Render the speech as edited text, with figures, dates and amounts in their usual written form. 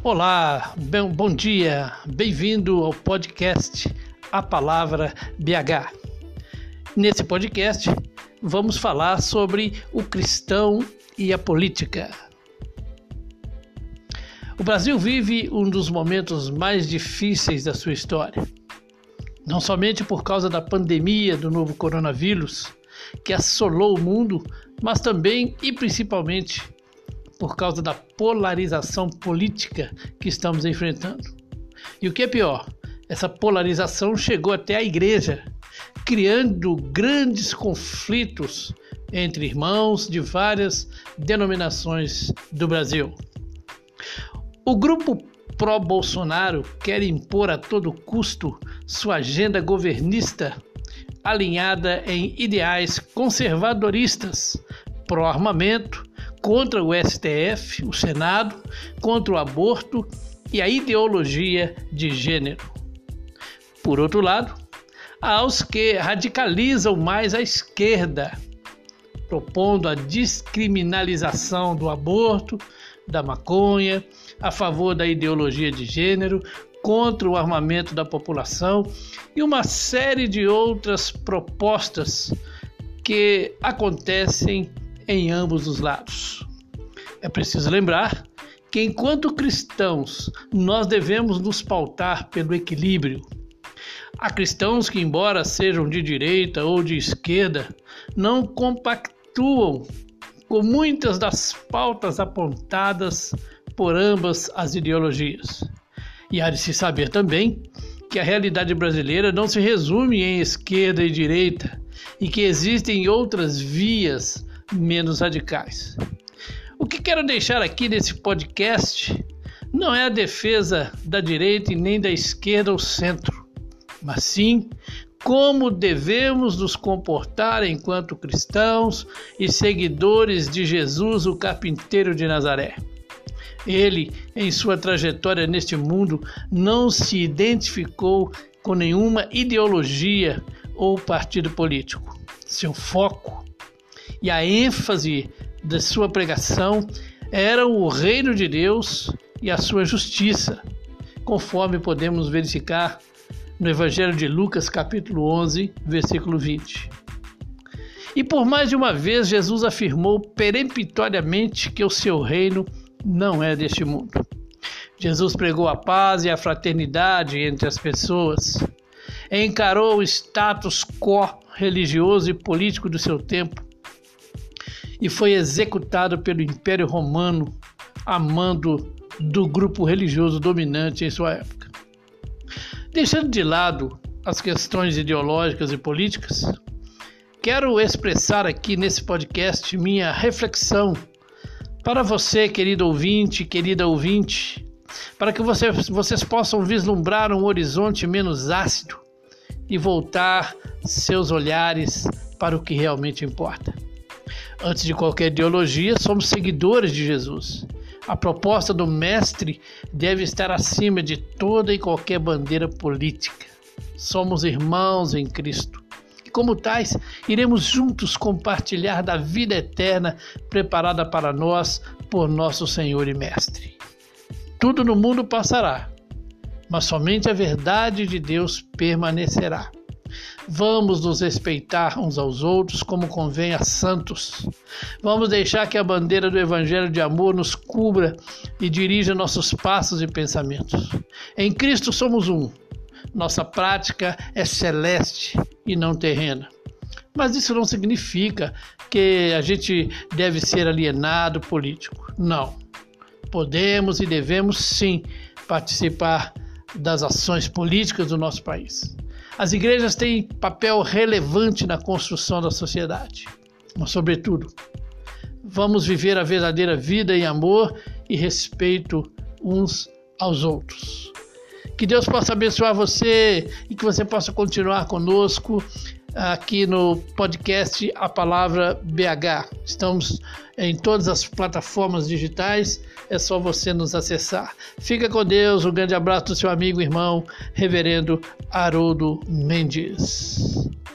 Olá, bom dia, bem-vindo ao podcast A Palavra BH. Nesse podcast vamos falar sobre o cristão e a política. O Brasil vive um dos momentos mais difíceis da sua história. Não somente por causa da pandemia do novo coronavírus, que assolou o mundo, mas também e principalmente por causa da polarização política que estamos enfrentando. E o que é pior, essa polarização chegou até a igreja, criando grandes conflitos entre irmãos de várias denominações do Brasil. O grupo pró-Bolsonaro quer impor a todo custo sua agenda governista, alinhada em ideais conservadoristas, pró-armamento, contra o STF, o Senado, contra o aborto e a ideologia de gênero. Por outro lado, há os que radicalizam mais a esquerda, propondo a descriminalização do aborto, da maconha, a favor da ideologia de gênero, contra o armamento da população e uma série de outras propostas que acontecem em ambos os lados. É preciso lembrar que, enquanto cristãos, nós devemos nos pautar pelo equilíbrio. Há cristãos que, embora sejam de direita ou de esquerda, não compactuam com muitas das pautas apontadas por ambas as ideologias. E há de se saber também que a realidade brasileira não se resume em esquerda e direita e que existem outras vias menos radicais. O que quero deixar aqui nesse podcast não é a defesa da direita e nem da esquerda ou centro, mas sim como devemos nos comportar enquanto cristãos e seguidores de Jesus, o carpinteiro de Nazaré. Ele, em sua trajetória neste mundo, não se identificou com nenhuma ideologia ou partido político. Seu foco e a ênfase da sua pregação eram o reino de Deus e a sua justiça, conforme podemos verificar no Evangelho de Lucas, capítulo 11, versículo 20. E por mais de uma vez, Jesus afirmou peremptoriamente que o seu reino não é deste mundo. Jesus pregou a paz e a fraternidade entre as pessoas, encarou o status quo religioso e político do seu tempo, e foi executado pelo Império Romano a mando do grupo religioso dominante em sua época. Deixando de lado as questões ideológicas e políticas, quero expressar aqui nesse podcast minha reflexão para você, querido ouvinte, querida ouvinte, para que vocês possam vislumbrar um horizonte menos ácido e voltar seus olhares para o que realmente importa. Antes de qualquer ideologia, somos seguidores de Jesus. A proposta do Mestre deve estar acima de toda e qualquer bandeira política. Somos irmãos em Cristo. E como tais, iremos juntos compartilhar da vida eterna preparada para nós por nosso Senhor e Mestre. Tudo no mundo passará, mas somente a verdade de Deus permanecerá. Vamos nos respeitar uns aos outros como convém a santos. Vamos deixar que a bandeira do Evangelho de amor nos cubra e dirija nossos passos e pensamentos. Em Cristo somos um. Nossa prática é celeste e não terrena. Mas isso não significa que a gente deve ser alienado político. Não. Podemos e devemos sim participar das ações políticas do nosso país. As igrejas têm papel relevante na construção da sociedade, mas, sobretudo, vamos viver a verdadeira vida em amor e respeito uns aos outros. Que Deus possa abençoar você e que você possa continuar conosco aqui no podcast A Palavra BH. Estamos em todas as plataformas digitais, é só você nos acessar. Fica com Deus, um grande abraço do seu amigo e irmão, Reverendo Haroldo Mendes.